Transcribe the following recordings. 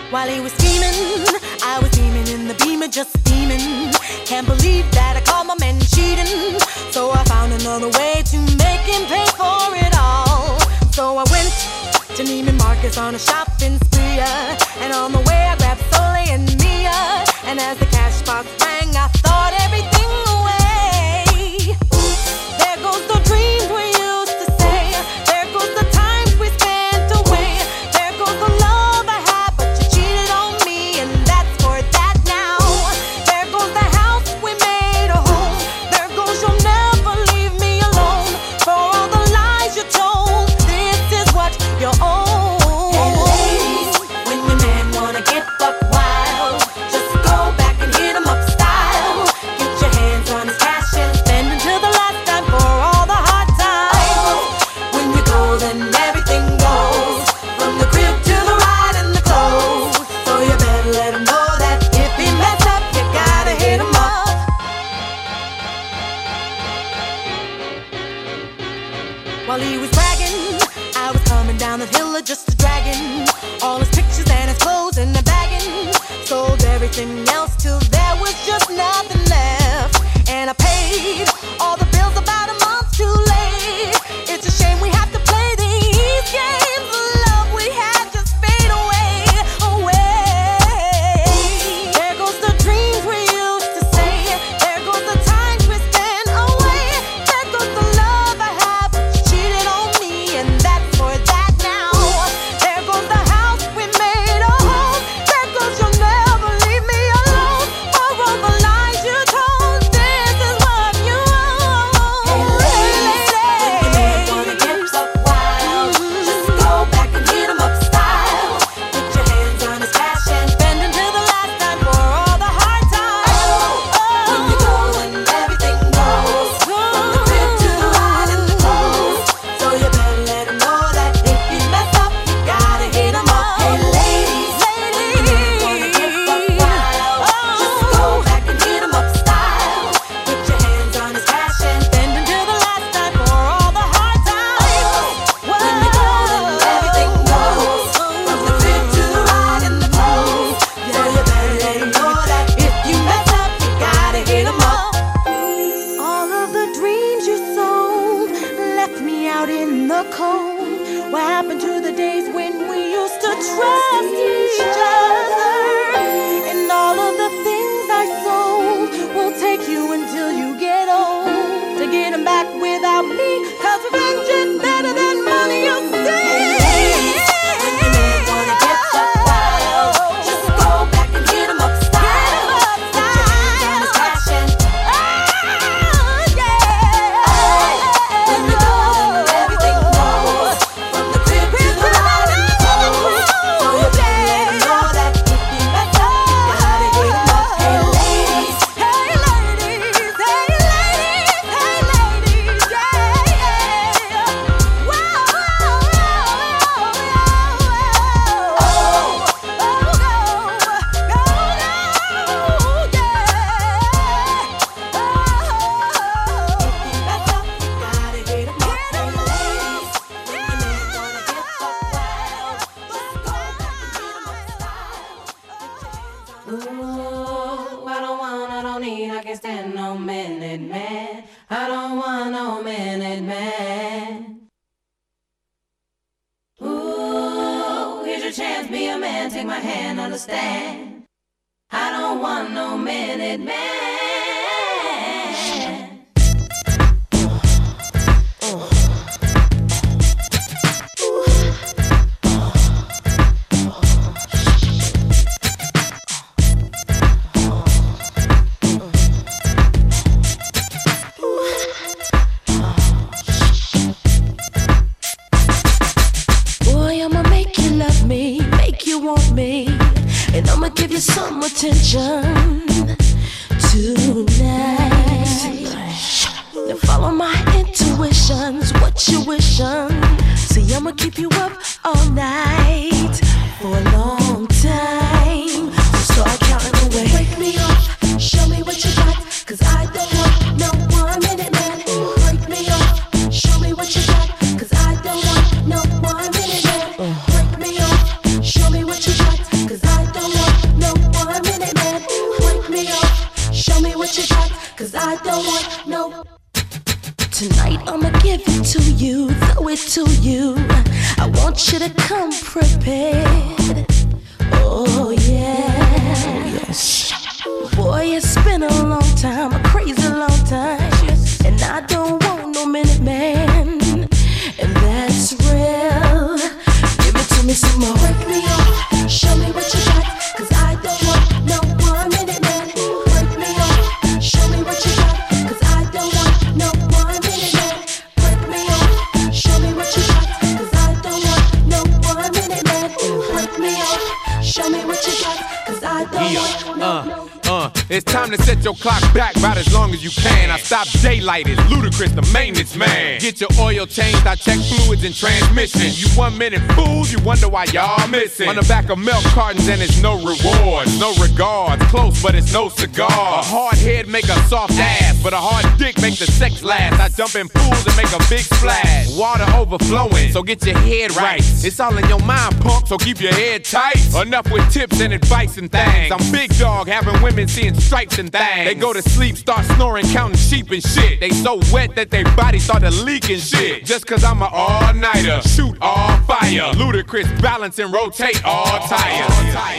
While he was scheming, I was beaming in the beamer, just steaming. Can't believe that I caught my man cheating. So I found another way to make him pay for it all. So I went to Neiman Marcus on a shopping spree, and on the way I grabbed Soleil and Mia. And as the cash box rang, I thought everything away. There goes the dreams we used to say. There goes the times we spent away. There goes the love I had, but you cheated on me, and that's for that now. There goes the house we made a home. There goes you'll never leave me alone. For all the lies you told, this is what you own. Hey ladies, when your man wanna get buck wild, just go back and hit him up style. Get your hands on his cash and spend until the last time for all the hard times. When you go, then everything goes, from the crib to the ride and the clothes. So you better let him know that if he mess up, you gotta hit him up. While he was bragging, I was coming down the hill of just a dragon. All his pictures and his clothes and the bagging. Sold everything else till there was just nothing left. And I paid all the bills about a month too late. It's a shame we have to play these games. The love we had just fade away, away. There goes the dreams we used to say. There goes the times we spent away. There goes the love I had, but you cheated on me, and that's for that now. There goes the house we made a home. There goes you'll never leave me alone. For all the lies you told, this is what you own. Hey ladies, when your man wanna get buck wild, just go back and hit him up style. Get your hands on his cash and spend until the last time for all the hard times. When you go, then everything goes, from the crib to the ride and the clothes. So you better let him know that if you mess up, you gotta hit him up. Hey ladies, when your man wanna get buck wild, just go back and hit him up style. Get your hands on his cash and spend until the last time for all the hard times. When you go, then everything goes, from the crib to the ride and the clothes. So you better let him know that if you mess up, you gotta hit him up. All of the dreams you sold left me out in the cold. What happened to the days when we used to trust each other? And all of the things I sold will take you until you get old to get them back without me. 'Cause revenge is better than money, you see. When your man wanna get buck wild, just go back and hit him up style. Get your hands on his cash and when you go, then everything goes, from the crib to the ride and the clothes. So you better let him know that if you mess up, you gotta hit him up. Hey ladies, hey ladies, hey ladies, hey ladies, yeah. Whoa, Ooh, I don't want, I don't need, I can't stand no minute man. I don't want no minute man. Ooh, here's your chance, be a man, take my hand, understand. I don't want no minute man. Boy, I'ma make you love me, make you want me, and I'ma give you some attention tonight. Now follow my intuitions, what you wishin'. See, I'ma keep you up all night for a long time. So start counting away. Wake me up, show me what you got, 'cause I don't want no 1 minute man. Break me up, show me what you got, 'cause I don't want no 1 minute man. Break me up, show me what you got, 'cause I what you got, 'cause I don't want no. Tonight I'ma give it to you, throw it to you. I want you to come prepared. Oh yeah. Yes. Boy, it's been a long time, a crazy long time, and I don't want no minute man, and that's real. Give it to me some more. Break me off, show me what you got, 'cause I don't want no 1 minute man. Break me off, show me what you got, 'cause I don't want no 1 minute man. Break me off, show me what you got, 'cause I don't want no 1 minute man. Break me off, show me what you got, 'cause I don't want no. It's time to set your clock back about as long as you can. I stop daylight, it's Ludacris, the maintenance man. Get your oil changed, I check fluids and transmission. You 1 minute fools, you wonder why y'all missing. On the back of milk cartons and it's no rewards, no regards. Close, but it's no cigar. A hard head make a soft ass, but a hard dick make the sex last. I jump in pools and make a big splash. Water overflowing, so get your head right. It's all in your mind, punk, so keep your head tight. Enough with tips and advice and things. I'm big dog, having women seeing stripes and things. They go to sleep, start snoring, counting sheep and shit. They so wet that their body started leaking shit. Just 'cause I'm an all-nighter, shoot all fire. Ludacris, balance and rotate all tires.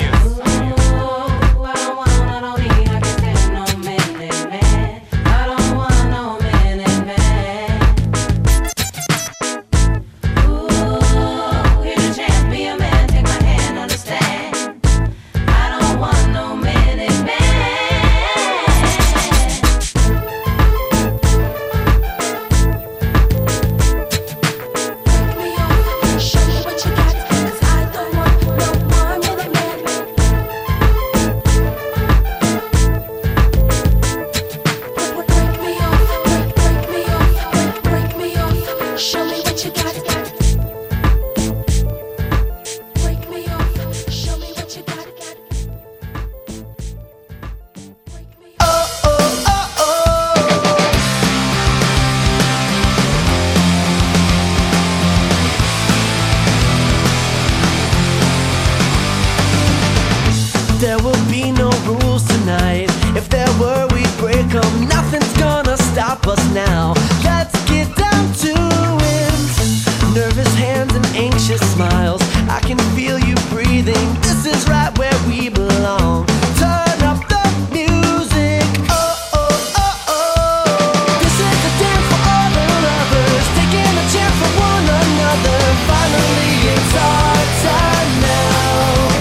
There will be no rules tonight. If there were, we'd break them. Nothing's gonna stop us now. Let's get down to it. Nervous hands and anxious smiles. I can feel you breathing. This is right where we belong. Turn up the music. Oh, oh, oh, oh. This is the dance for all the lovers, taking a chance for one another. Finally, it's our time now.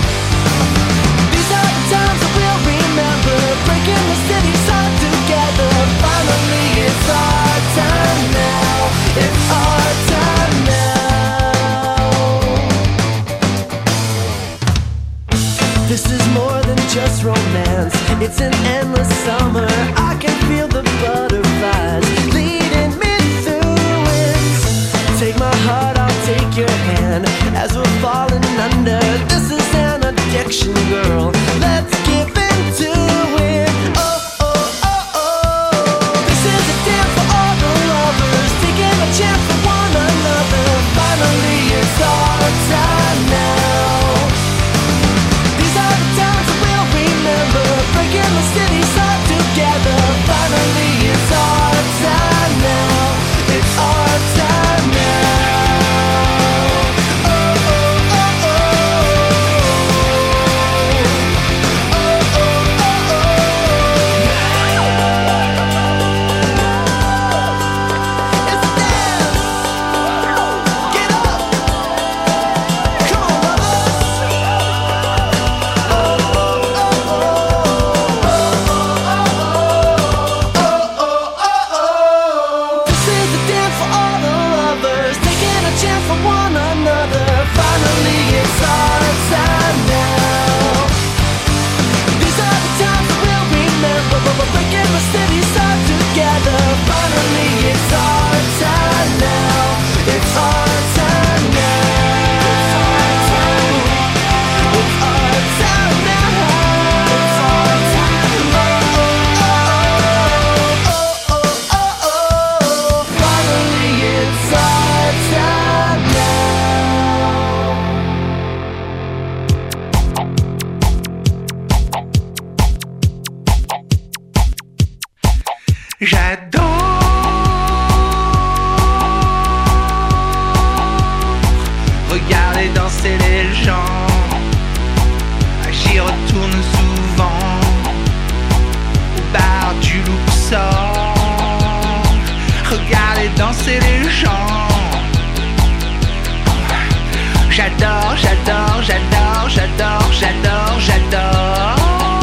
Times that we'll remember, breaking the city's heart together. Finally, it's our time. J'adore. Regarder danser les gens. J'y retourne souvent. Au bar du Luxor. Regarder danser les gens. J'adore, j'adore, j'adore, j'adore, j'adore, j'adore.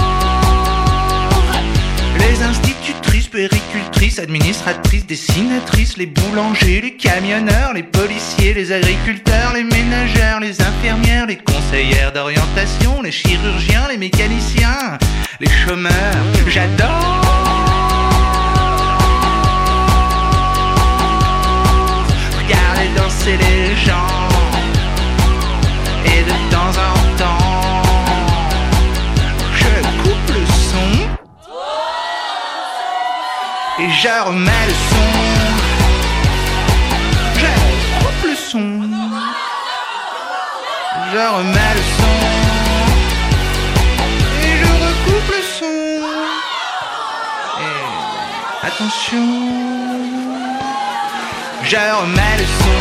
Les institutrices, puéricultrices, administratrices, dessinatrices, les boulangers, les camionneurs, les policiers, les agriculteurs, les ménagères, les infirmières, les conseillères d'orientation, les chirurgiens, les mécaniciens, les chômeurs. J'adore. Regardez danser les gens. Et de temps en temps, je coupe le son et je remets le son. Je coupe le son, je remets le son et je recoupe le son. Et attention, je remets le son.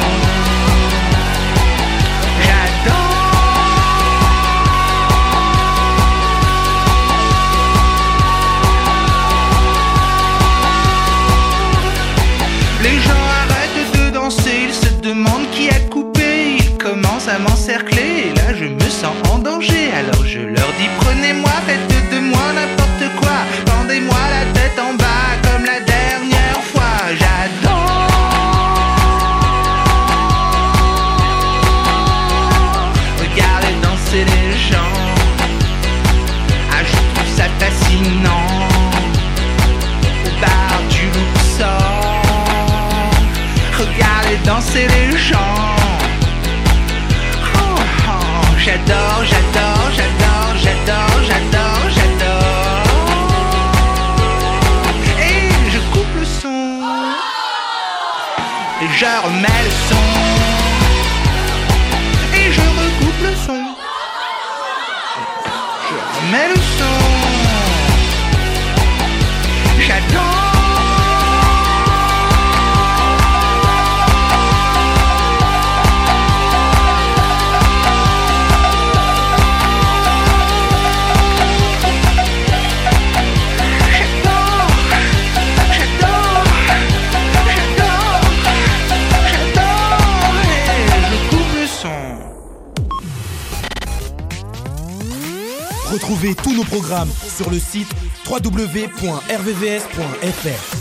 J'adore. Les gens arrêtent de danser, ils se demandent qui a coupé, ils commencent à m'encercler, et là je me sens en danger, alors je leur dis prenez-moi, faites de moi n'importe quoi, pendez-moi la tête en bas comme la dernière fois, j'adore. Regardez danser les gens, ah je trouve ça fascinant, au bar du Luxor. Regardez danser les gens. Oh, oh, j'adore, j'adore, j'adore, j'adore, j'adore, j'adore. Et je coupe le son. Et je remets le son. Et je recoupe le son. Je remets le son. J'adore. Retrouvez tous nos programmes sur le site www.rvvs.fr.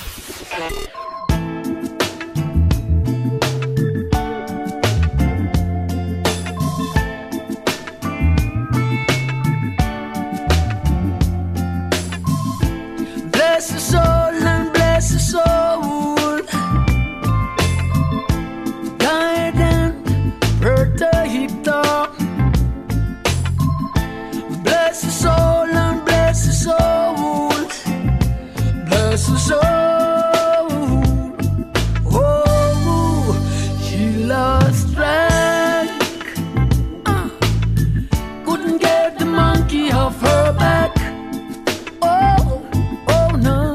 Bless the soul and bless the soul. Guide and protect her. Bless the soul and bless the soul. Bless the soul. Oh, she lost track. Couldn't get the monkey off her back. Oh, oh no.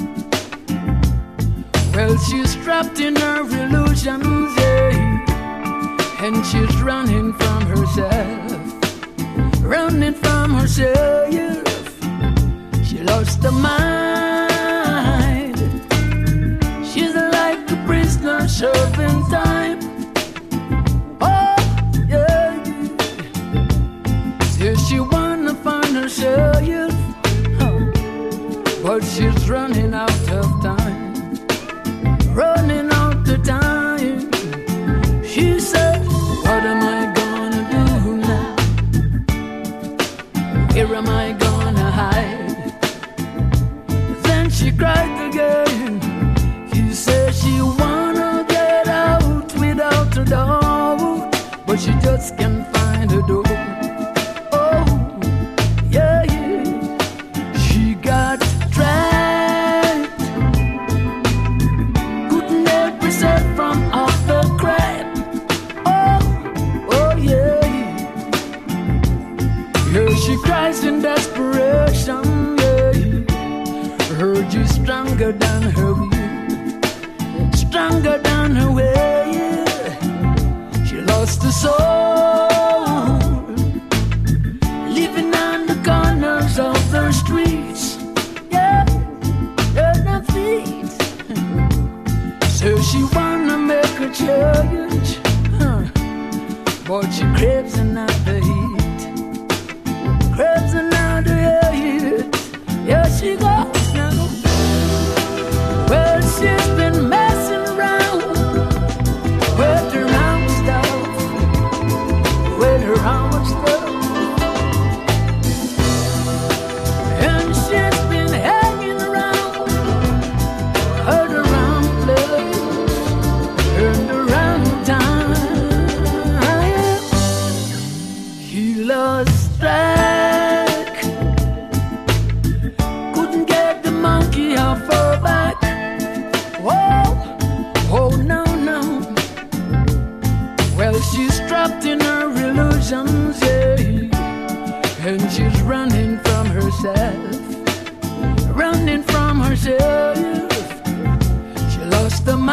Well, she's trapped in her illusions, yeah. And she's running from herself. Running from herself. She lost her mind. She's like a prisoner serving time. Oh, yeah, yeah. Says she wanna find herself, but she's running out of time. Running out of time. She said, what am I gonna do now? Where am I gonna hide? Then she cried again. She said she wanna get out without a door, but she just can't find a door. Oh, yeah, yeah. She got trapped. Couldn't help herself from off the crap. Oh, oh, yeah. Here she cries in desperation, yeah. Her urges stronger than her will, stronger than her will. She lost her soul, living on the corners of the streets, yeah, at her feet. So she wanna make a change, but she craves another heat, craves another heat. Yeah, she goes now. Well, she's been messing around with her own stuff, with her own stuff. And she's been hanging around at the wrong place, in the wrong time. He lost track, couldn't get the monkey off her back. Whoa, oh no, no. Well, she's trapped in her illusions, yeah, and she's running from herself, running from herself. She lost her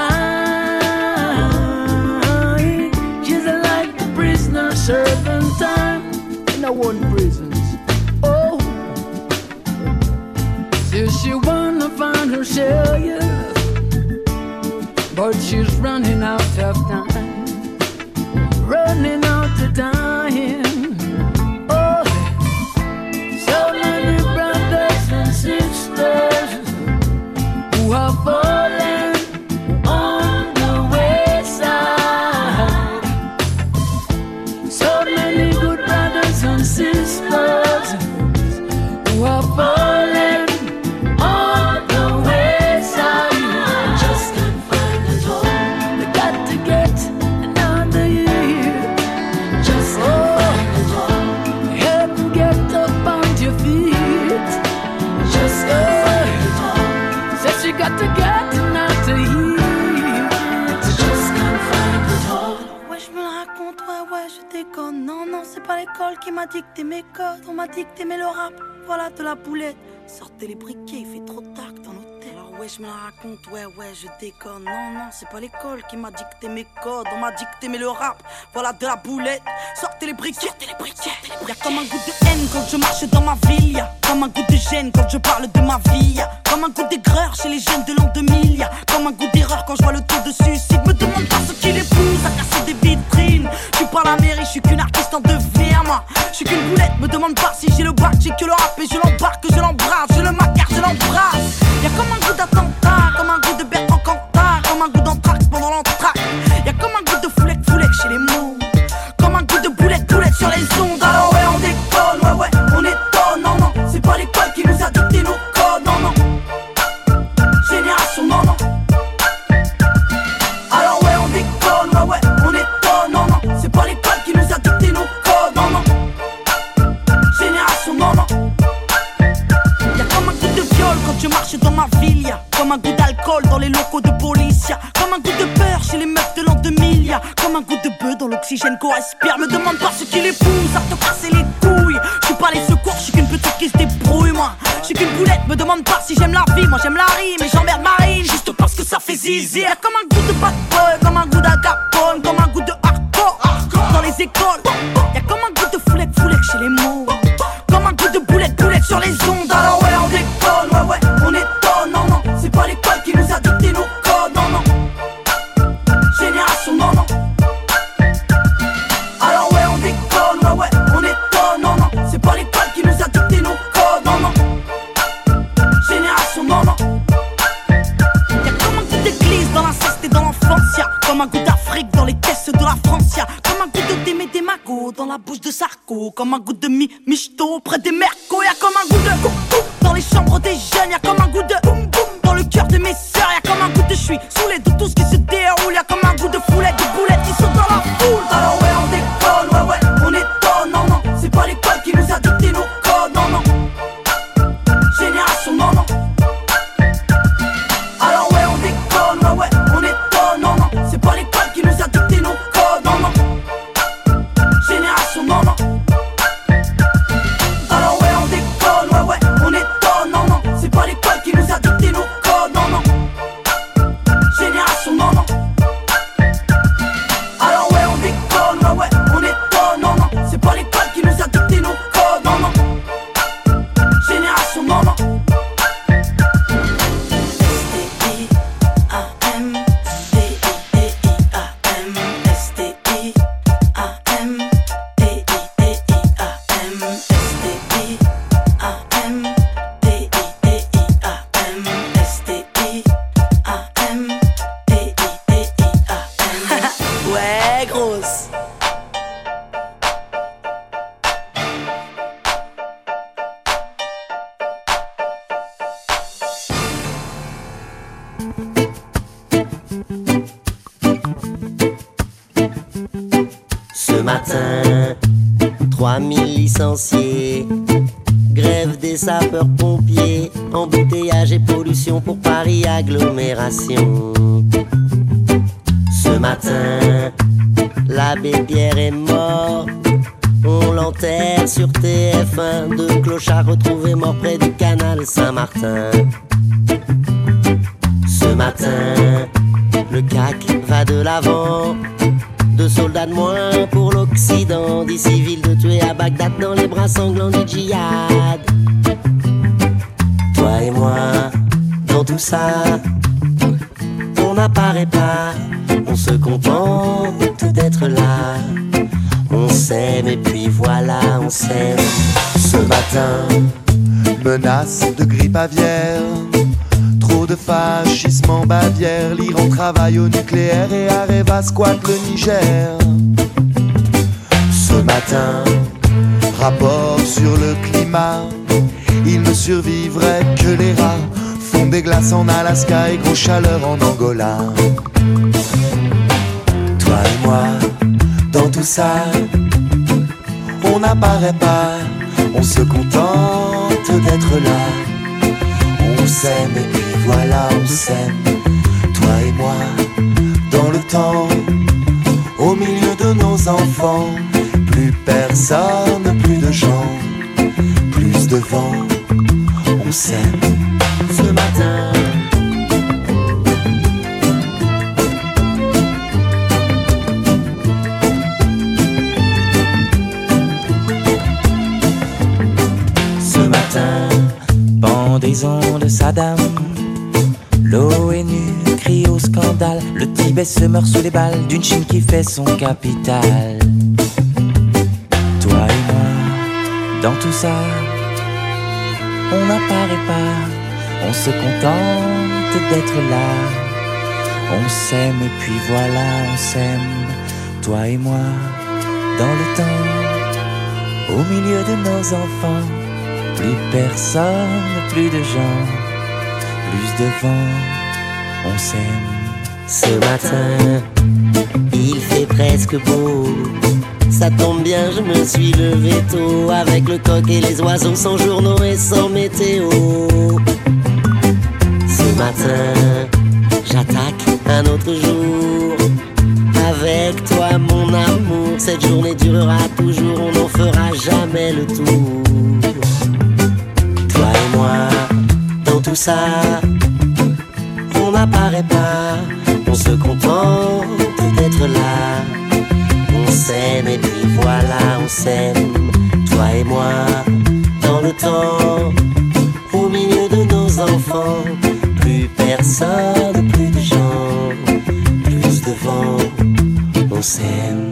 mind. She's like the prisoner serving time in a one prisons. Oh, so she wanna find herself, but she's running out of time, running out of time. Oh, so many brothers and sisters who have fallen on the wayside. So many good brothers and sisters who have fallen on the wayside. Just can't find a door. They got to get another year. Just can't find a door. Help them get up on your feet. Just can't find a door. Said she got to get another year. Just can't find a door. Ouais, je me la raconte, ouais, je déconne. Non, non, c'est pas l'école qui m'a dicté mes codes. On m'a dicté mais le rap, voilà de la boulette. Sortez les briquets, il fait trop tard dans l'hôtel. Alors ouais, je me la raconte, ouais, je déconne. Non, non, c'est pas l'école qui m'a dicté mes codes. On m'a dicté mais le rap, voilà de la boulette. Sortez les briquets, Y'a comme un goût de haine quand je marche dans ma ville. Y'a comme un goût de gêne quand je parle de ma vie. Y'a comme un goût d'aigreur chez les jeunes de l'an 2000. Y'a comme un goût d'erreur quand je vois le taux de suicide. Me demande pas ce qui les pousse à casser des vitrines. Je suis pas la mairie, je suis qu'une artiste en devenir, moi. Je suis qu'une boulette, me demande pas si j'ai le bac. J'ai que le rap et je l'embarque, je l'embrasse. Je le macar, je l'embrasse. Y'a comme un goût d'attentat, comme un goût de Bertrand Cantat, comme un goût d'anthrax pendant l'entraque. Y'a comme un goût de foulec chez les mots, comme un goût de boulette sur les ondes. Alors ouais, on déconne, ouais, on étonne. Non, non, c'est pas l'école qui nous a dicté nos codes. Non, non, génération, non, non. Alors ouais, on déconne, ouais, on étonne. Non, non, c'est pas l'école qui nous a dicté nos codes. Non, non, génération, non, non. Y'a comme un goût de viol quand je marche dans ma ville. Y'a comme un goût d'alcool dans les locaux de police. Y'a comme un goût de peur chez les meufs de l'an 2000. Y'a comme un goût de bœuf dans l'oxygène qu'on respire. Me demande pas ce qui les pousse à te casser les couilles. Je suis pas les secours, je suis qu'une petite qui se débrouille, moi. Je suis qu'une boulette, me demande pas si j'aime la vie. Moi j'aime la rime et j'emmerde Marine juste parce que ça fait zizi. Y'a comme un goût de bad boy, comme un goût d'agapone, comme un goût de hardcore dans les écoles. Y'a comme un goût de foulec chez les mots, comme un goût de boulette sur les ondes. Alors ouais, on déconne, ouais, on étonne. Non, non, c'est pas l'école qui nous a dicté nos codes. Non, non, génération, non, non. Alors ouais, on déconne, ouais, on étonne. Non, non, c'est pas l'école qui nous a dicté nos codes. Non, non, génération, non, non. Y'a comme un goût d'église dans l'inceste et dans l'enfance. Y'a comme un goût d'Afrique dans les caisses de la France. Y'a comme un goût de Démé des Magots dans la bouche de Sarko, comme un goût de Michto près des Mercos. Y'a comme un goût de coucou dans les chambres des jeunes. Y'a comme un goût de boum boum dans le cœur de mes sœurs. Y'a comme un goût de j'suis saoulé de tout ce qui se déroule. Y'a comme un goût de foulette, de boulettes qui sont dans la foule. Alors ouais, on déconne, ouais, on étonne. Non, non, c'est pas l'école qui nous a dicté nos codes. Non, non, génération, non, non. Alors ouais, on déconne, ouais, on étonne. Non, non, c'est pas l'école qui nous a dicté nos codes. Non, non, génération, non, non. Alors ouais, on déconne, ouais, on étonne. Non, non, c'est pas l'école qui nous a dicté nos codes. Ce matin, 3000 licenciés, grève des sapeurs-pompiers, embouteillage et pollution pour Paris agglomération. Ce matin, l'abbé Pierre est mort, on l'enterre sur TF1. Deux clochards retrouvés morts près du canal Saint-Martin. Ce matin, le CAC va de l'avant. 2 soldats de moins pour l'Occident. 10 civils de tués à Bagdad dans les bras sanglants du djihad. Toi et moi, dans tout ça, on n'apparaît pas, on se contente d'être là. On s'aime et puis voilà, on s'aime. Ce matin, menace de grippe aviaire, trop de fascisme en Bavière. L'Iran travaille au nucléaire et Areva squatte le Niger. Ce matin, rapport sur le climat, il ne survivrait que les rats. Fond des glaces en Alaska et grosse chaleur en Angola. Toi et moi, dans tout ça, on n'apparaît pas, on se contente d'être là. On s'aime et puis voilà, on s'aime. Toi et moi, dans le temps, au milieu de nos enfants. Plus personne, plus de gens, plus de vent. On s'aime ce matin. Pendaison de Saddam, l'ONU crie au scandale. Le Tibet se meurt sous les balles d'une Chine qui fait son capital. Toi et moi, dans tout ça, on n'apparaît pas, on se contente d'être là. On s'aime et puis voilà, on s'aime. Toi et moi, dans le temps, au milieu de nos enfants. Plus personne, plus de gens, plus de vent, on s'aime. Ce matin, il fait presque beau. Ça tombe bien, je me suis levé tôt. Avec le coq et les oiseaux, sans journaux et sans météo. Ce matin, j'attaque un autre jour. Avec toi, mon amour, cette journée durera toujours. On n'en fera jamais le tour. Toi et moi, dans tout ça, on n'apparaît pas, on se contente d'être là. On s'aime et puis voilà, on s'aime. Toi et moi, dans le temps, au milieu de nos enfants. Plus personne, plus de gens, plus de vent, on s'aime.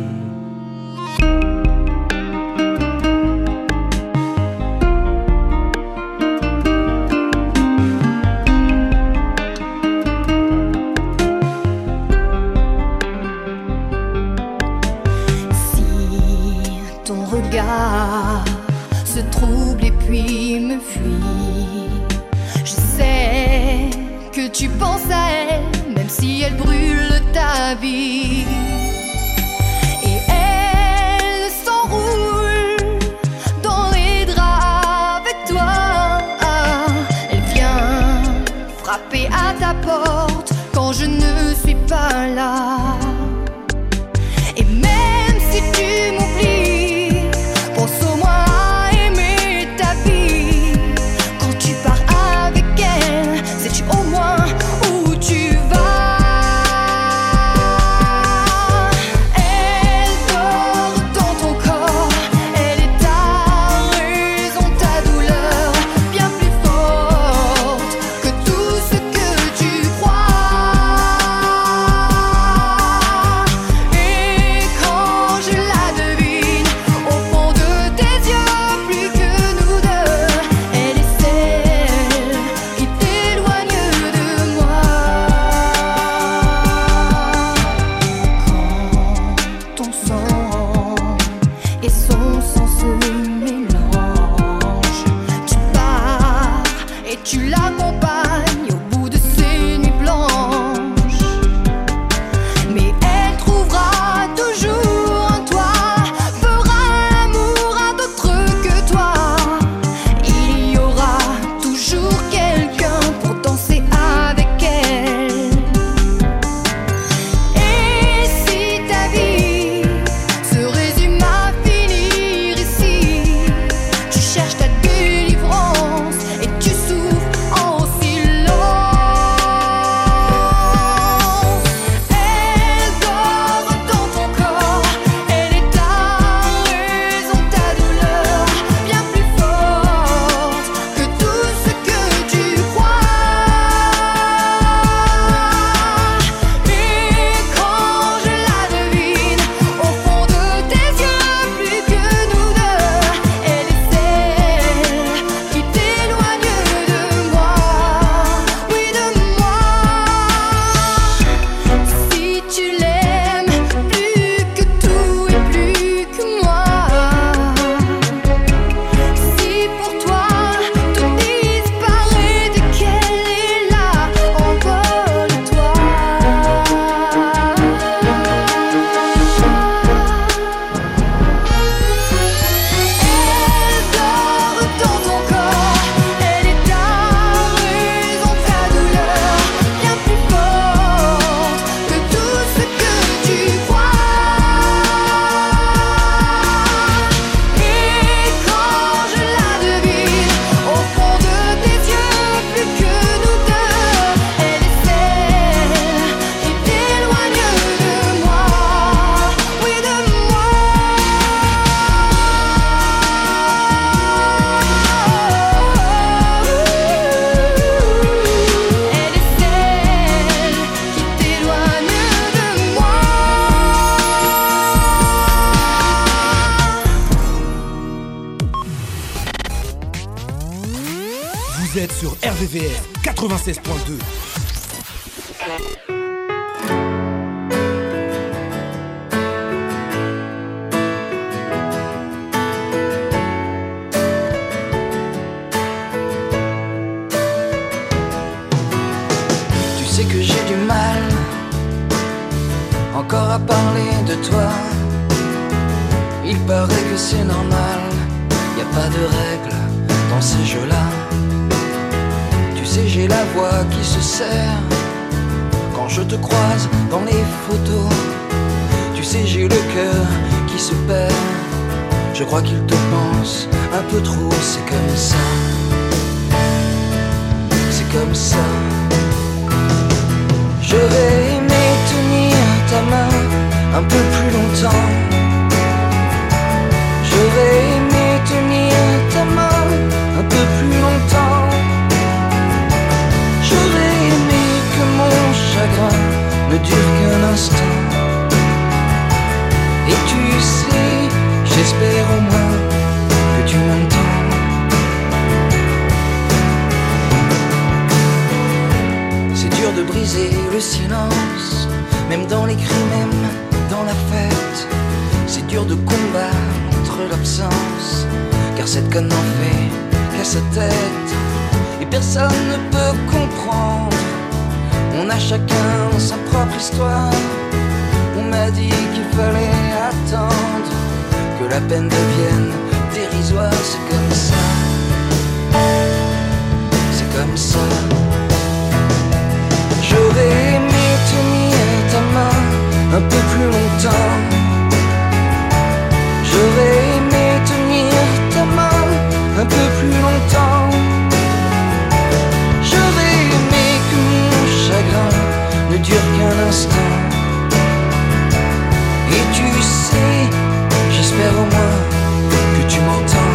Se trouble et puis me fuit. Je sais que tu penses à elle, même si elle brûle ta vie. Et elle s'enroule dans les draps avec toi. Elle vient frapper à ta porte quand je ne suis pas là. Et même si tu m'oublies, pense au moins à aimer ta vie. Quand tu pars avec elle, sais-tu au moins où tu vas? Elle dort dans ton corps, elle est ta raison, ta douleur, bien plus forte que tout ce que tu crois. Et quand je la devine, sur RVVS 96.2. Tu sais que j'ai du mal encore à parler de toi. Il paraît que c'est normal, y a pas de règles dans ces jeux-là. Tu sais, j'ai la voix qui se serre quand je te croise dans les photos. Tu sais, j'ai le cœur qui se perd. Je crois qu'il te pense un peu trop, c'est comme ça. C'est comme ça. J'aurais aimé tenir ta main un peu plus longtemps. J'aurais aimé tenir ta main un peu plus longtemps. J'aurais aimé que mon chagrin ne dure qu'un instant. Et tu sais, j'espère au moins que tu m'entends. C'est dur de briser le silence, même dans les cris, même dans la fête. C'est dur de combattre l'absence, car cette conne n'en fait qu'à sa tête. Et personne ne peut comprendre, on a chacun sa propre histoire. On m'a dit qu'il fallait attendre que la peine devienne dérisoire. C'est comme ça, c'est comme ça. J'aurais aimé tenir ta main un peu plus longtemps. J'aurais aimé tenir ta main un peu plus longtemps. J'aurais aimé que mon chagrin ne dure qu'un instant. Et tu sais, j'espère au moins que tu m'entends.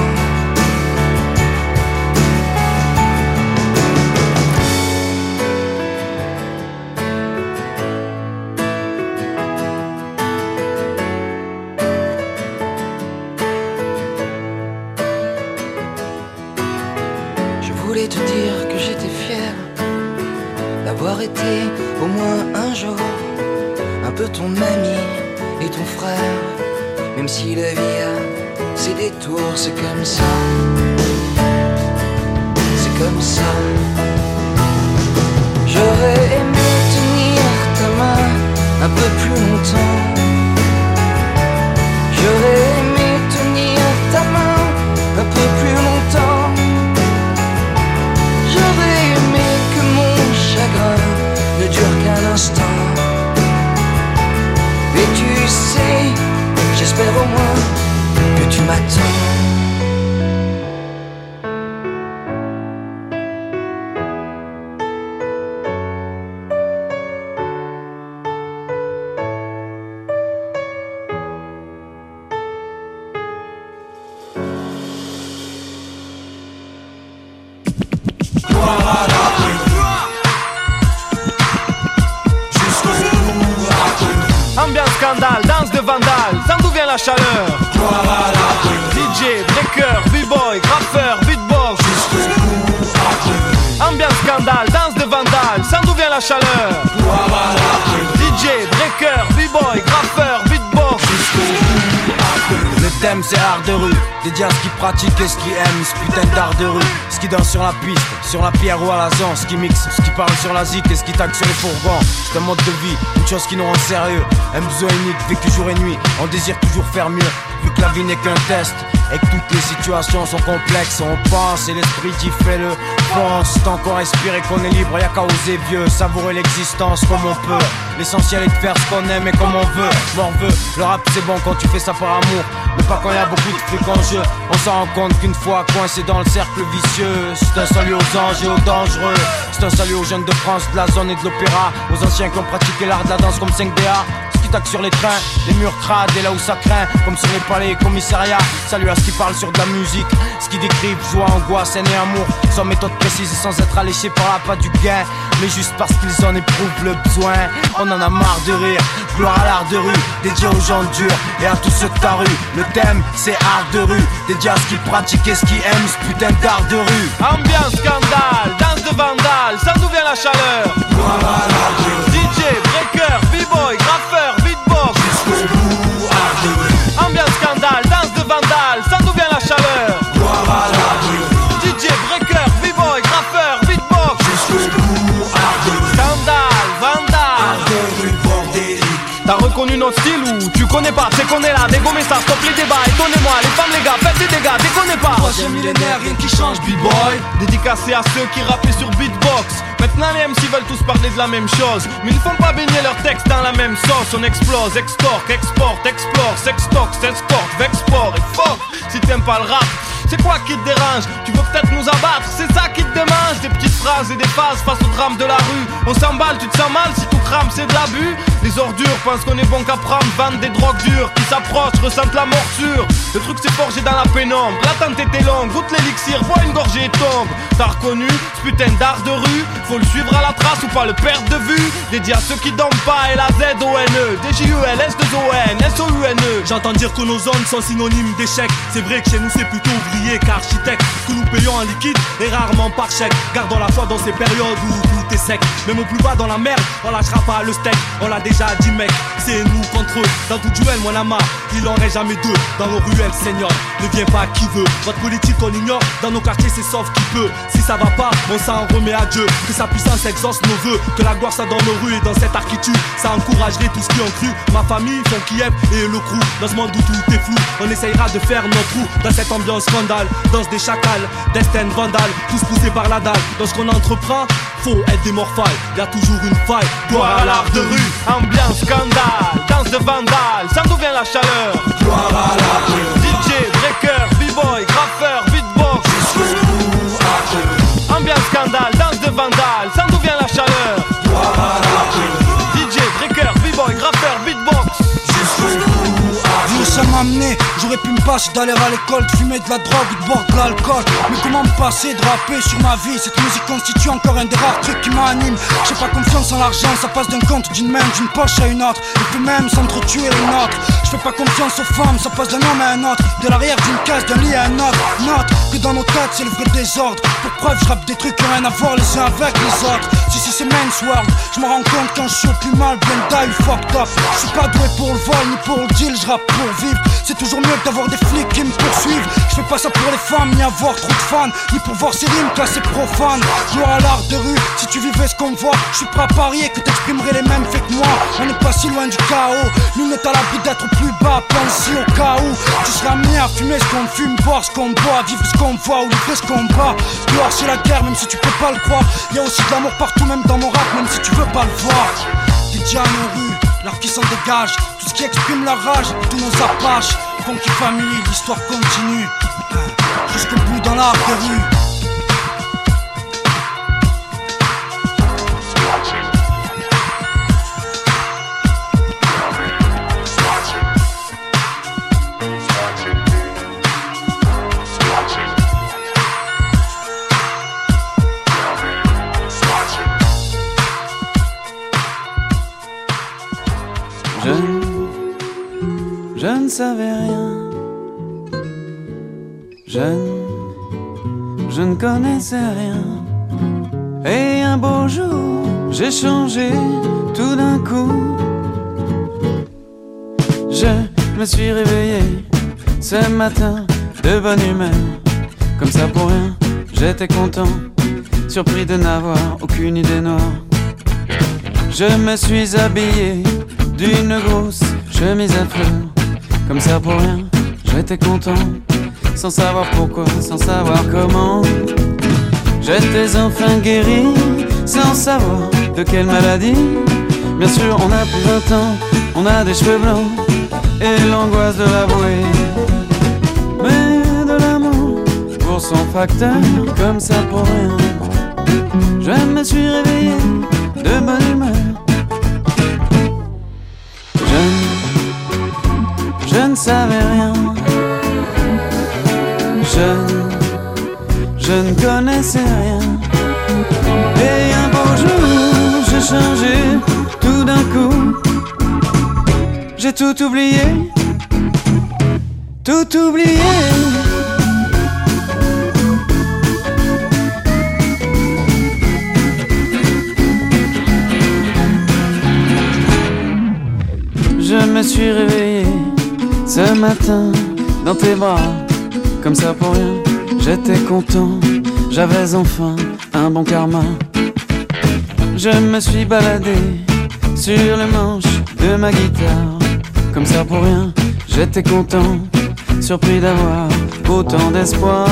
Te dire que j'étais fier d'avoir été au moins un jour un peu ton ami et ton frère. Même si la vie a ses détours, c'est comme ça. C'est comme ça. J'aurais aimé tenir ta main un peu plus longtemps. J'aurais aimé tenir ta main un peu plus longtemps. J'aurais aimé que mon chagrin ne dure qu'un instant. Et tu sais, j'espère au moins que tu m'attends. Ambiance scandale, danse de vandale, sans d'où vient la chaleur. DJ, breaker, b-boy, graffeur, beatbox. Ambiance scandale, danse de vandale, sans d'où vient la chaleur. DJ, breaker, b-boy, graffeur, beatbox. Le thème c'est art de rue, dédié à ce qui pratique et ce qui aime ce putain d'art de rue. Ce qui danse sur la piste, sur la pierre ou à la zone. Ce qui mixe, ce qui parle sur la zik et ce qui tague sur les fourgons. C'est un mode de vie, une chose qui nous rend sérieux. Un besoin unique, vécu jour et nuit. On désire toujours faire mieux, vu que la vie n'est qu'un test. Et que toutes les situations sont complexes. On pense et l'esprit qui fait le pense. Tant qu'on respire et qu'on est libre, y'a qu'à oser vieux. Savourer l'existence comme on peut. L'essentiel est de faire ce qu'on aime et comme on veut. Morveux, le rap c'est bon quand tu fais ça par amour, mais pas quand y a beaucoup de trucs en jeu. On s'en rend compte qu'une fois coincé dans le cercle vicieux. C'est un salut aux anges et aux dangereux. C'est un salut aux jeunes de France, de la zone et de l'opéra. Aux anciens qui ont pratiqué l'art de la danse comme 5DA. Sur les trains, les murs crades et là où ça craint, comme sur les palais et commissariats. Salut à ce qui parle sur de la musique, ce qui décrivent joie, angoisse, haine et amour, sans méthode précise et sans être alléché par la pas du gain, mais juste parce qu'ils en éprouvent le besoin. On en a marre de rire, gloire à l'art de rue, dédié aux gens durs et à tous ceux de ta rue. Le thème c'est art de rue, dédié à ce qui pratique et ce qui aime ce putain d'art de rue. Ambiance scandale, danse de vandale, ça d'où vient la chaleur. Gloire à l'art de rue, DJ, breaker, b-boy, graffeur, beatbox, jusqu'au bout, art de rue. Ambiance scandale, danse de vandale, ça d'où vient la chaleur. Gloire à l'art de rue, DJ, breaker, b-boy, graffeur, beatbox, jusqu'au bout, art de rue. Scandale, vandale, art de rue bordélique. T'as reconnu notre style ou tu connais pas? C'est qu'on est là, dégommez ça, stop les débats, étonnez-moi, les femmes, les gars, faites des dégâts, déconnez pas. Troisième millénaire, rien qui change, b-boy. Dédicacé à ceux qui rappaient sur beatbox. Maintenant les MC veulent tous parler de la même chose, mais ils font pas baigner leurs textes dans la même sauce. On explose, extorque, exporte, explore, sextox, s'escorte, vexport et fuck. Si t'aimes pas le rap, c'est quoi qui te dérange? Tu veux peut-être nous abattre, c'est ça qui te démange? Des petites phrases et des phases face au drame de la rue. On s'emballe, tu te sens mal, si tout crame c'est de l'abus. Les ordures pensent qu'on est bon qu'à prendre, vendent des drogues dures. Qui s'approchent, ressentent la morsure. Le truc s'est forgé dans la pénombre, l'attente était longue. Goûte l'élixir, bois une gorgée et tombe. T'as reconnu ce putain d'art de rue? Faut le suivre à la trace ou pas le perdre de vue. Dédié à ceux qui dorment pas, L-A-Z-O-N-E D-J-U-L, S-2-O-N, S-O-U-N-E. J'entends dire que nos zones sont synonymes d'échec. C'est vrai que chez nous c'est plutôt ouvrier qu'architecte, que nous payons en liquide et rarement par chèque. Gardons la foi dans ces périodes où tout est sec. Même au plus bas dans la merde, on lâchera pas le steak. On l'a déjà dit mec, c'est nous contre eux. Dans tout duel, mon ama, il en reste jamais deux. Dans nos ruelles, seigneur, ne vient pas qui veut. Votre politique on ignore, dans nos quartiers c'est sauf qui peut. Si ça va pas, on s'en remet à Dieu. Que sa puissance exauce nos vœux, que la gloire ça dans nos rues et dans cette architecture. Ça encouragerait tous ceux qui ont cru. Ma famille, son Kiev et le crew. Dans ce monde où tout est flou, on essayera de faire notre trou. Dans cette ambiance scandale, danse des chacals, destin vandale, tous poussés par la dalle. Dans ce qu'on entreprend, faut être des morphales. Y'a toujours une faille, gloire à l'art de rue. Ambiance scandale, danse de vandale, ça d'où vient la chaleur. Gloire à l'art de rue, DJ, breaker, b-boy, graffeur, beatbox, jusqu'au bout, art de rue. Ambiance scandale, danse de vandale, ça d'où vient la chaleur. Gloire à l'art de rue, DJ, breaker, b-boy, graffeur, beatbox, jusqu'au bout, art de rue. Ça m'a amené, j'aurais pu me passer d'aller à l'école, de fumer de la drogue ou de boire de l'alcool. Mais comment me passer de rapper sur ma vie? Cette musique constitue encore un des rares trucs qui m'anime. J'ai pas confiance en l'argent, ça passe d'un compte, d'une main, d'une poche à une autre. Et puis même s'entretuer une autre. Je fais pas confiance aux femmes, ça passe d'un homme à un autre. De l'arrière d'une case, d'un lit à un autre. Note que dans nos têtes c'est le vrai désordre. Pour preuve je rappe des trucs qui ont rien à voir les uns avec les autres. Si c'est Men's World, je me rends compte quand je suis au plus mal, blenda ou fucked up. Je suis pas doué pour le vol ni pour le deal, je rappe pour vivre. C'est toujours mieux que d'avoir des flics qui me poursuivent. Je fais pas ça pour les femmes, ni avoir trop de fans, ni pour voir ces rimes classées profanes. Gloire à l'art de rue, si tu vivais ce qu'on voit, je suis prêt à parier que t'exprimerais les mêmes faits que moi. On n'est pas si loin du chaos, nul n'est à l'abri d'être plus bas. Pense-y au cas où tu seras amené à fumer ce qu'on fume, boire ce qu'on boit, vivre ce qu'on voit ou livrer ce qu'on bat. Gloire c'est la guerre, même si tu peux pas le croire. Y'a aussi de l'amour partout, même dans mon rap, même si tu veux pas le voir. Dédié à nos rues, l'art qui s'en dégage, tout ce qui exprime la rage, tous nos apaches. Funky Family, l'histoire continue jusqu'au bout dans l'art de rue. Je ne savais rien. Je ne connaissais rien. Et un beau jour, j'ai changé tout d'un coup. Je me suis réveillé ce matin de bonne humeur. Comme ça pour rien, j'étais content, surpris de n'avoir aucune idée noire. Je me suis habillé d'une grosse chemise à fleurs. Comme ça pour rien, j'étais content, sans savoir pourquoi, sans savoir comment. J'étais enfin guéri, sans savoir de quelle maladie. Bien sûr on a plus 20 ans, on a des cheveux blancs et l'angoisse de l'avouer. Mais de l'amour pour son facteur, comme ça pour rien. Je me suis réveillé de bonne humeur. Je ne savais rien. Je ne connaissais rien. Et un beau jour, j'ai changé tout d'un coup. J'ai tout oublié, tout oublié. Je me suis réveillé ce matin dans tes bras, comme ça pour rien. J'étais content, j'avais enfin un bon karma. Je me suis baladé sur le manche de ma guitare, comme ça pour rien. J'étais content, surpris d'avoir autant d'espoir.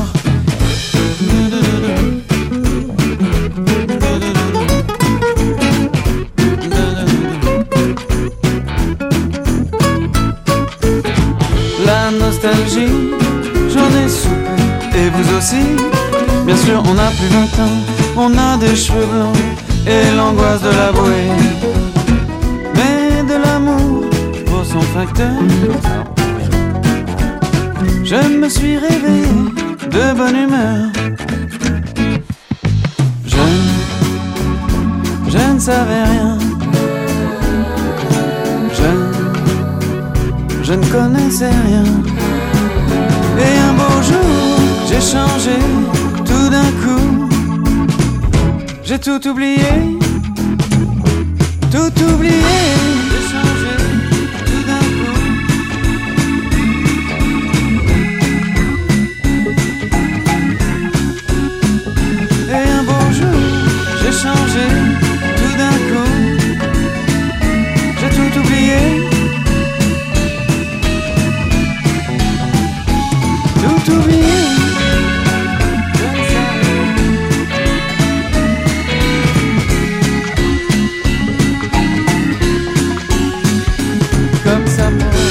La nostalgie, j'en ai soupé, et vous aussi. Bien sûr, on n'a plus 20 ans, on a des cheveux blancs et l'angoisse de la bouée. Mais de l'amour pour son facteur. Je me suis réveillé de bonne humeur. Je ne savais rien. Je ne connaissais rien. Et un beau jour, j'ai changé tout d'un coup. J'ai tout oublié, tout oublié. J'ai changé tout d'un coup. Et un beau jour, j'ai changé tout d'un coup. J'ai tout oublié. Tout oublié. Comme ça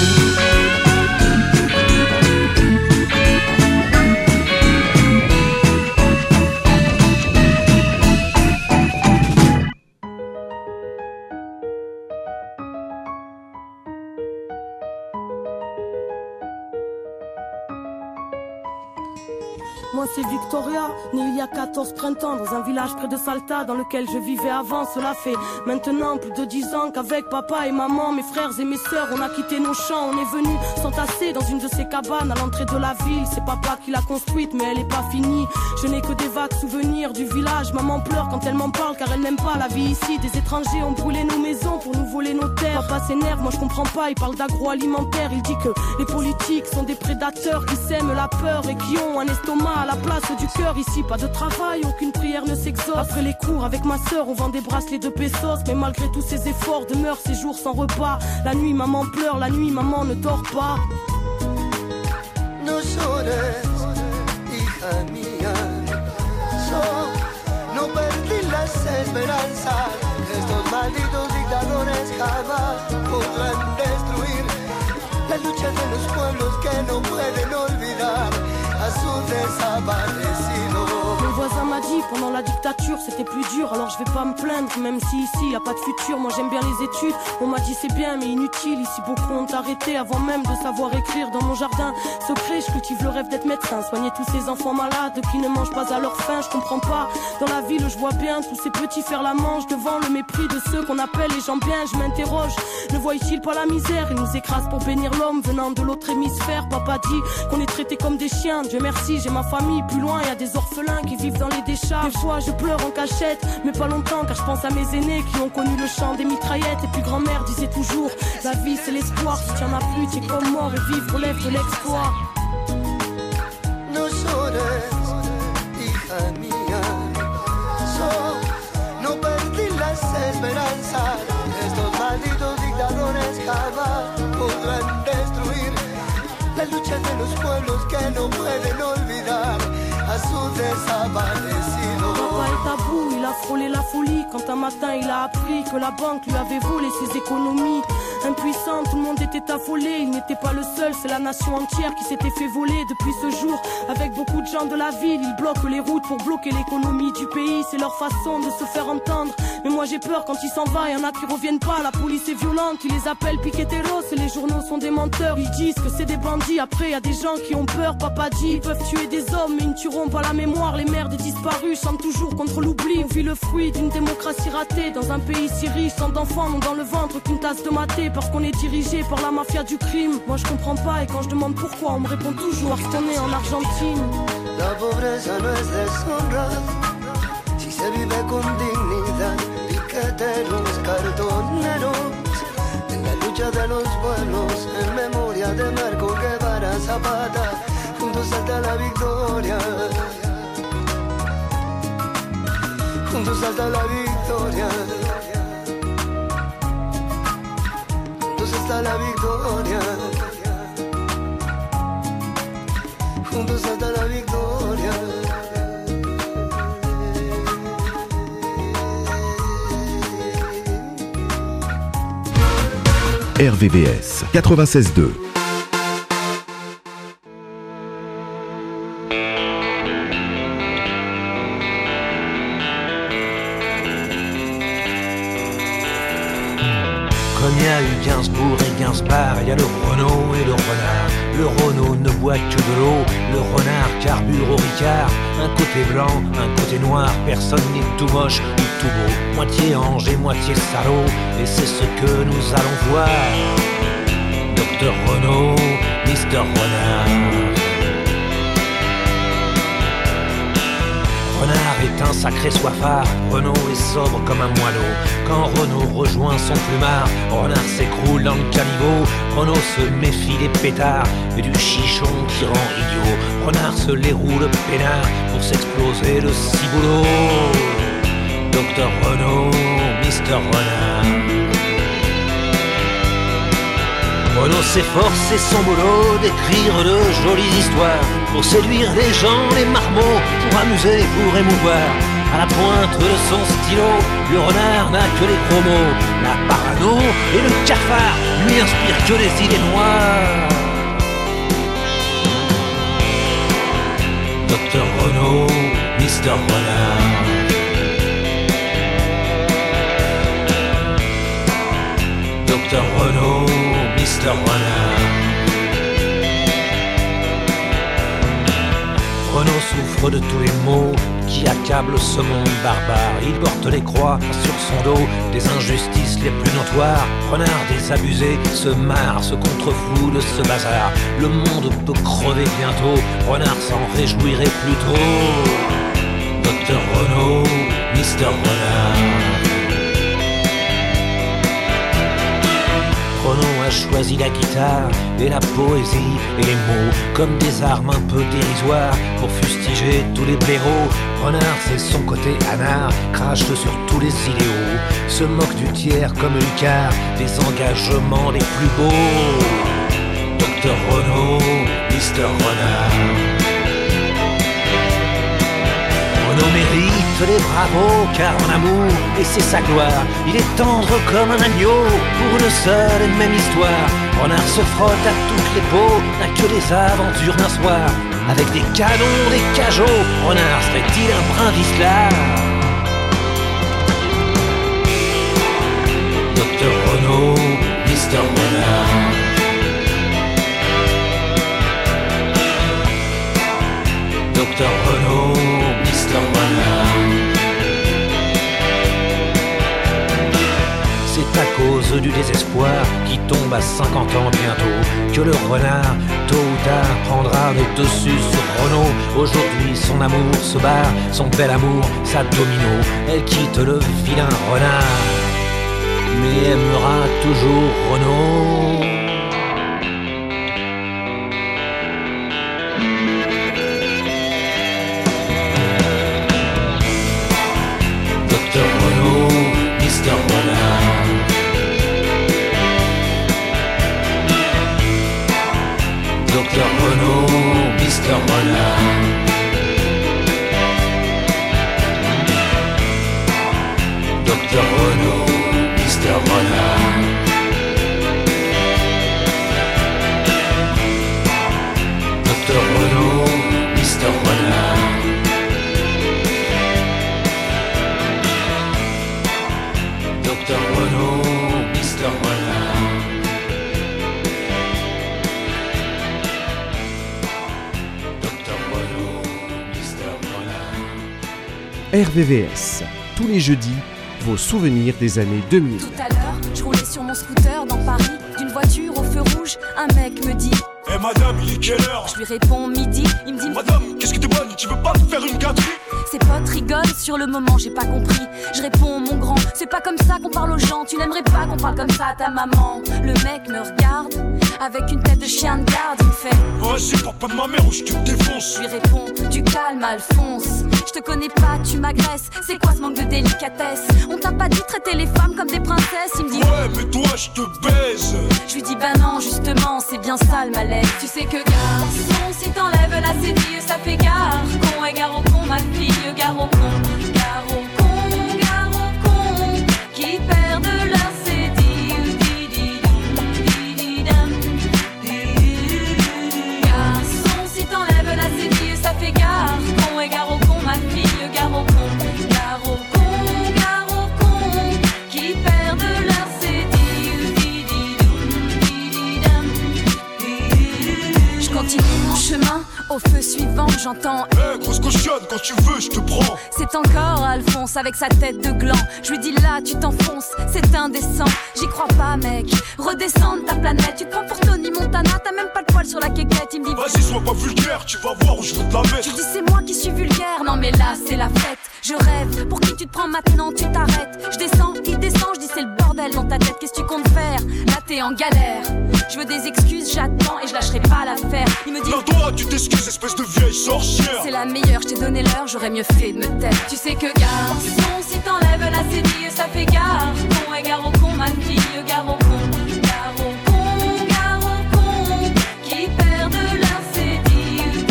Moi c'est Victoria, née il y a 14 printemps dans un village près de Salta dans lequel je vivais avant. Cela fait maintenant plus de 10 ans qu'avec papa et maman, mes frères et mes sœurs, on a quitté nos champs. On est venus s'entasser dans une de ces cabanes à l'entrée de la ville. C'est papa qui l'a construite mais elle est pas finie. Je n'ai que des vagues souvenirs du village. Maman pleure quand elle m'en parle car elle n'aime pas la vie ici. Des étrangers ont brûlé nos maisons pour nous voler nos terres. Papa s'énerve, moi je comprends pas, il parle d'agroalimentaire. Il dit que les politiques sont des prédateurs qui sèment la peur et qui ont un estomac à la place du cœur. Ici pas de travail, aucune prière ne s'exauce. Après les cours avec ma sœur on vend des bracelets de pesos. Mais malgré tous ces efforts demeurent ces jours sans repas. La nuit maman pleure, la nuit maman ne dort pas. No llores, hija mía. No perdí las esperanzas. Estos malditos dictadores jamás podrán destruir la lucha de los pueblos que no pueden olvidar a su desaparecido. Mon voisin m'a dit pendant la dictature c'était plus dur. Alors je vais pas me plaindre même si ici y a pas de futur. Moi j'aime bien les études, on m'a dit c'est bien mais inutile. Ici beaucoup ont arrêté avant même de savoir écrire. Dans mon jardin secret je cultive le rêve d'être médecin. Soigner tous ces enfants malades qui ne mangent pas à leur faim. Je comprends pas, dans la ville je vois bien tous ces petits faire la manche devant le mépris de ceux qu'on appelle les gens bien. Je m'interroge, ne voient-ils pas la misère? Ils nous écrasent pour bénir l'homme venant de l'autre hémisphère. Papa dit qu'on est traités comme des chiens. Dieu merci j'ai ma famille, plus loin y a des orphelins qui vivent dans les décharges. Des fois je pleure en cachette, mais pas longtemps car je pense à mes aînés qui ont connu le chant des mitraillettes. Et puis grand-mère disait toujours, la vie c'est l'espoir. Si tu en as plus, tu es comme mort et vivre relève de l'exploit. No llores, hija mía. No perdí las esperanzas. Estos malditos dictadores jamás podrán destruir la lucha de los pueblos que no pueden olvidar a su desaparecido. Papa est à bout, il a frôlé la folie quand un matin il a appris que la banque lui avait volé ses économies. Impuissant, tout le monde était affolé. Il n'était pas le seul, c'est la nation entière qui s'était fait voler. Depuis ce jour, avec beaucoup de gens de la ville, ils bloquent les routes pour bloquer l'économie du pays. C'est leur façon de se faire entendre. Mais moi j'ai peur quand il s'en va, y en a qui reviennent pas. La police est violente, ils les appellent piqueteros. Et les journaux sont des menteurs, ils disent que c'est des bandits. Après y a des gens qui ont peur, papa dit ils peuvent tuer des hommes mais ils ne tueront pas la mémoire. Les mères des disparus chantent toujours contre l'oubli. On vit le fruit d'une démocratie ratée. Dans un pays si riche, tant d'enfants n'ont dans le ventre qu'une tasse de maté. Parce qu'on est dirigé par la mafia du crime. Moi je comprends pas et quand je demande pourquoi, on me répond toujours parce qu'on est en Argentine. La pobreza no es deshonra si se vive con dignidad. Piqueteros, cartoneros, en la lucha de los pueblos, en memoria de Marco Guevara Zapata, juntos hasta la victoria. Juntos hasta la victoria. Juntos hasta la victoria. Juntos hasta la victoria. RVVS 96.2. Comme il y a eu Gainsbourg et Gainsbar, il y a le Renault et le renard. Le Renault ne boit que de l'eau, le renard carbure au Ricard. Un côté blanc, un côté noir, personne n'est tout moche ni tout beau. Moitié ange et moitié salaud, et c'est ce que nous allons voir. Docteur Renault, Mister Renard. Renard est un sacré soifard, Renault est sobre comme un moineau. Quand Renault rejoint son plumard, Renard s'écroule dans le caniveau. Renault se méfie des pétards et du chichon qui rend idiot. Renard se les roule peinard pour s'exploser le ciboulot. Docteur Renault, Mister Renard. Renault s'efforce, c'est son boulot d'écrire de jolies histoires pour séduire les gens, les marmots, pour amuser, pour émouvoir. À la pointe de son stylo, le renard n'a que les gros mots. La parano et le cafard lui inspirent que les idées noires. Docteur Renault, Mister Renard. Docteur Renault, Mister Renard. Renault souffre de tous les maux qui accablent ce monde barbare. Il porte les croix sur son dos des injustices les plus notoires. Renard désabusé se marre, se contrefout de ce bazar. Le monde peut crever bientôt, Renard s'en réjouirait plutôt. Docteur Renault, Mister Renard. Renault a choisi la guitare et la poésie et les mots comme des armes un peu dérisoires pour fustiger tous les blaireaux. Renard c'est son côté anard, crache sur tous les idéaux, se moque du tiers comme Lucard, des engagements les plus beaux. Docteur Renault, Mister Renard. Renault mérite les bravos car en amour, et c'est sa gloire, il est tendre comme un agneau pour une seule et même histoire. Renard se frotte à toutes les peaux, n'a que les aventures d'un soir. Avec des canons, des cajots, Renard serait-il un brin vicelard? Docteur Renault, Mister Renard. Docteur Renault, Mister Renard. C'est à cause du désespoir qui tombe à 50 ans bientôt que le renard, tôt ou tard, prendra le dessus sur Renault. Aujourd'hui son amour se barre, son bel amour, sa domino. Elle quitte le vilain renard, mais aimera toujours Renault. Docteur Renault, Mister Renard. Docteur Renault, Mister Renard. Docteur Renault, Mister Renard. Docteur Renault, Mister Renard. Docteur Renault, Mister Renard. RVVS tous les jeudis vos souvenirs des années 2000. Tout à l'heure, je roulais sur mon scooter dans Paris. D'une voiture au feu rouge, un mec me dit: Eh madame, il est quelle heure? Je lui réponds midi, il me dit: Madame, qu'est-ce que t'es bonne? Tu veux pas me faire une gâterie? Ses potes rigolent, sur le moment j'ai pas compris. Je réponds: mon grand, c'est pas comme ça qu'on parle aux gens. Tu n'aimerais pas qu'on parle comme ça à ta maman. Le mec me regarde avec une tête de chien de garde. Il me fait: vas-y, parle pas de ma mère ou je te défonce. Je lui réponds: du calme Alphonse, je te connais pas, tu m'agresses. C'est quoi ce manque de délicatesse? On t'a pas dit traiter les femmes comme des princesses? Il me dit: ouais, mais toi je te baise. Je lui dis: bah non, justement, c'est bien ça le malaise. Tu sais que garçon, si t'enlèves la cédille, ça fait gare. Con et gare au con, ma fille, gare au con. Gare au con, gare au con, qui perdent leur cédille. Garçon, si t'enlèves la cédille, ça fait gare. Con et gare au con, ma fille, gare au con. Gare au con, qui perdent leur cédille. Je continue mon chemin, au feu suivant, j'entends: Eh, grosse cochonne, quand tu veux, je te prends. C'est encore Alphonse avec sa tête de gland. Je lui dis: là, tu t'enfonces, c'est indécent. J'y crois pas, mec, redescends de ta planète. Tu te prends pour Tony Montana, t'as même pas de poil sur la quéquette. Il me dit: vas-y, sois pas vulgaire, tu vas voir où je vais te la mettre. Je dis: c'est moi qui suis vulgaire, non mais là, c'est la fête. Je rêve, pour qui tu te prends maintenant, tu t'arrêtes. Je descends, il descend, je dis: c'est le bordel dans ta tête, qu'est-ce que tu comptes faire? Là, t'es en galère. Je veux des excuses, j'attends et je lâcherai pas l'affaire. Il me dit: non, toi, tu t'excuses, espèce de vieille sorcière. C'est la meilleure, je t'ai donné l'heure, j'aurais mieux fait de me taire. Tu sais que garçon, si t'enlèves la cédille, ça fait gare. Con et gare au con, ma fille, gare au con. Gare au con, qui perdent leur cédille.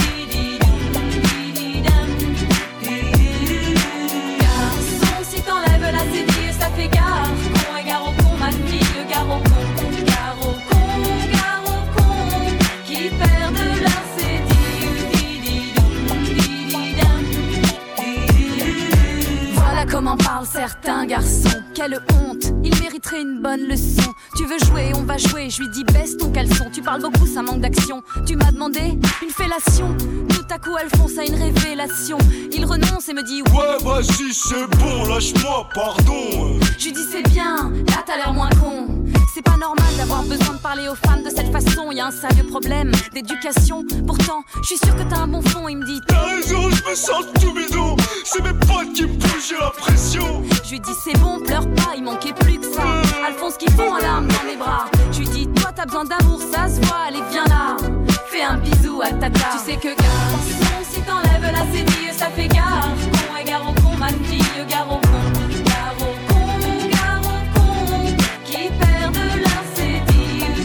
Garçon, si t'enlèves la cédille, ça fait gare. Con et gare au con, ma fille, gare au con. Gare au con, qui perdent leur cédille. Voilà comment parlent certains garçons. Quelle honte, il mériterait une bonne leçon. Tu veux jouer, on va jouer. Je lui dis: baisse ton caleçon. Tu parles beaucoup, ça manque d'action. Tu m'as demandé une fellation. Tout à coup, Alphonse a une révélation. Il renonce et me dit: ouais, vas-y, c'est bon, lâche-moi, pardon. Je lui dis: c'est bien, là t'as l'air moins con. C'est pas normal d'avoir besoin de parler aux femmes de cette façon. Y a un sérieux problème d'éducation. Pourtant, je suis sûr que t'as un bon fond. Il me dit: t'as raison, je me sens tout bidon. C'est mes potes qui me poussent, j'ai la pression. Je lui dis: c'est bon, pleure pas, il manquait plus que ça. Alphonse qui fond en larmes dans mes bras. Je lui dis: toi t'as besoin d'amour, ça se voit, allez viens là. Fais un bisou à tata. Tu sais que garçon, si t'enlèves la cédille, ça fait gare. Con et gare au con, ma fille, gare au con. Gare au con, qui perdent leur cédille.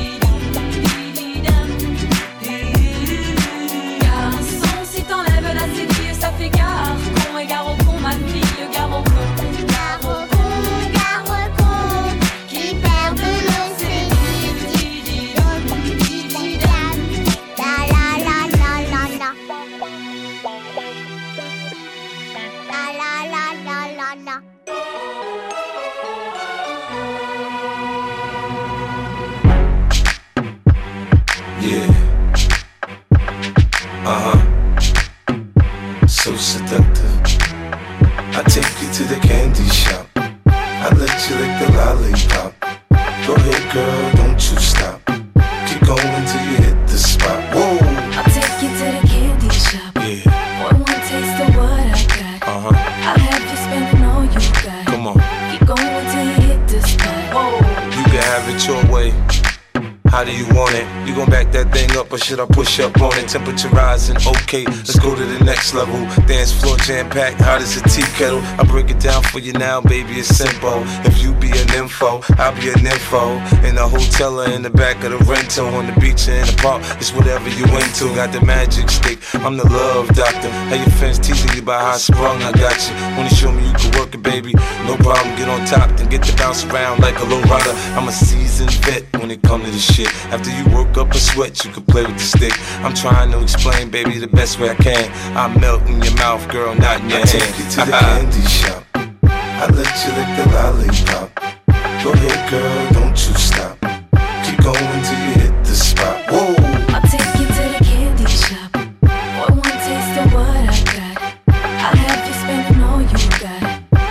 Garçon, si t'enlèves la cédille, ça fait gare. Con et gare au con, ma fille, gare au con. Gare au con, qui perdent leur cédille. La la la la la la. La la la la la la. Yeah. So seductive. I take you to the candy shop. I let you lick the lollipop. Go ahead, girl, don't you stop. Keep going till you hit the spot. Whoa. I'll take you to the candy shop. Yeah. One taste of what I got. I'll have you spending all you got. Come on. Keep going till you hit the spot. Whoa. You can have it your way. How do you want it? You gon' back that thing up or should I push up on it? Temperature rising, okay, let's go to the next level. Dance floor jam-packed, hot as a tea kettle. I break it down for you now, baby, it's simple. If you be an info, I'll be an info. In the hotel or in the back of the rental, on the beach or in the park, it's whatever you into. Got the magic stick, I'm the love doctor. How your fans teasing you about how I sprung, I got you. Wanna show me you can work it, baby? No problem, get on top, then get to bounce around like a low rider. I'm a seasoned vet when it comes to this shit. After you work up a sweat, you can play with the stick. I'm trying to explain, baby, the best way I can. I melt in your mouth, girl, not in your hand. I take you to the candy shop. I let you lick the lollipop. Go ahead, girl, don't you stop. Keep going till you hit the spot. Whoa. I'll take you to the candy shop. One taste of what I got. I'll have you spending all you got.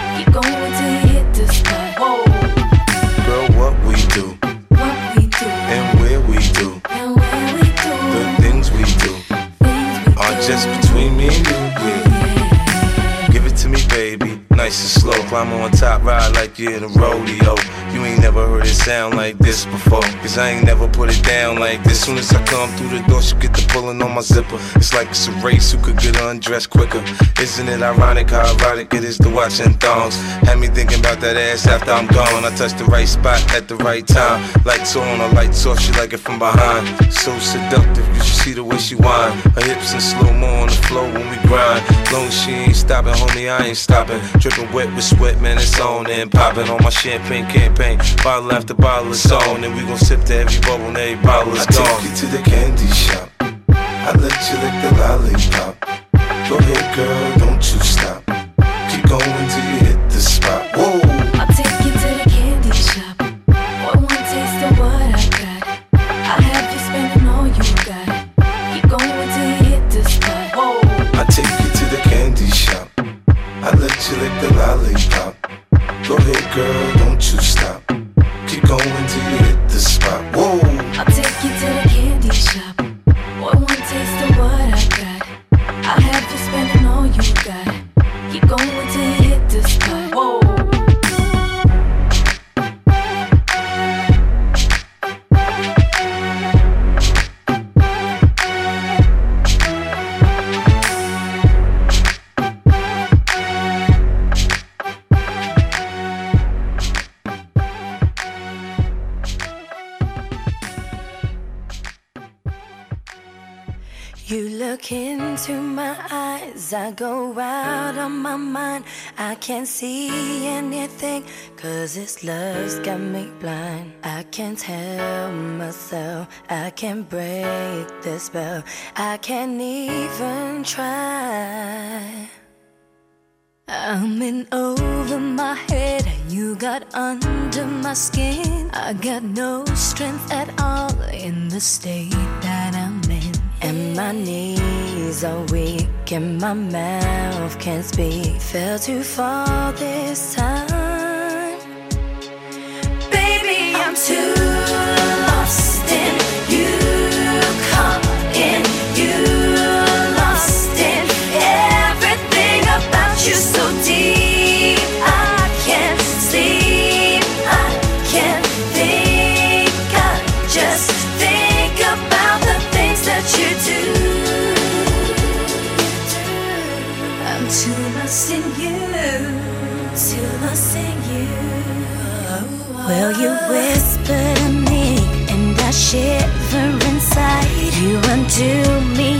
climb on top, ride like you're in a rodeo. You ain't never heard it sound like this before, cause I ain't never put it down like this. Soon as I come through the door, she get the pulling on my zipper. It's like it's a race, who could get undressed quicker. Isn't it ironic how erotic it is to watching thongs? Had me thinking about that ass after I'm gone. I touched the right spot at the right time. Lights on, or lights off, she like it from behind. So seductive, you should see the way she whine. Her hips in slow-mo on the floor when we grind. Long as she ain't stopping, homie, I ain't stopping. Dripping wet with sweat, man, it's on and popping on my champagne campaign. Bottle after bottle is on, and we gon' sip to every bubble and every bottle is gone. I take you to the candy shop, I let you lick the lollipop. Go ahead, girl, don't you stop. Keep going till you hit the spot. Whoa. I'll take you to the candy shop. For one taste of what I got, I'll have you spending all you got. Keep going till you hit the spot. Whoa. I take you to the candy shop, I let you lick the lollipop. Go ahead, girl, don't you stop. Keep going till you hit the spot. Whoa. I'll take you to the candy shop. For one taste of what I got, I'll have you spending all you got. Keep going till you hit the spot. Whoa. You look into my eyes, I go out of my mind. I can't see anything, cause this love's got me blind. I can't tell myself, I can't break the spell. I can't even try. I'm in over my head, you got under my skin. I got no strength at all in the state that I'm in. And my knees are weak and my mouth can't speak. Fell too far this time. Baby, I'm too lost in you, caught in you, lost in everything about you so deep. I can't sleep, I can't think, I just think about the things that you do. I'm too lost in you, too lost in you. Well, you whisper to me and I shiver inside. You undo me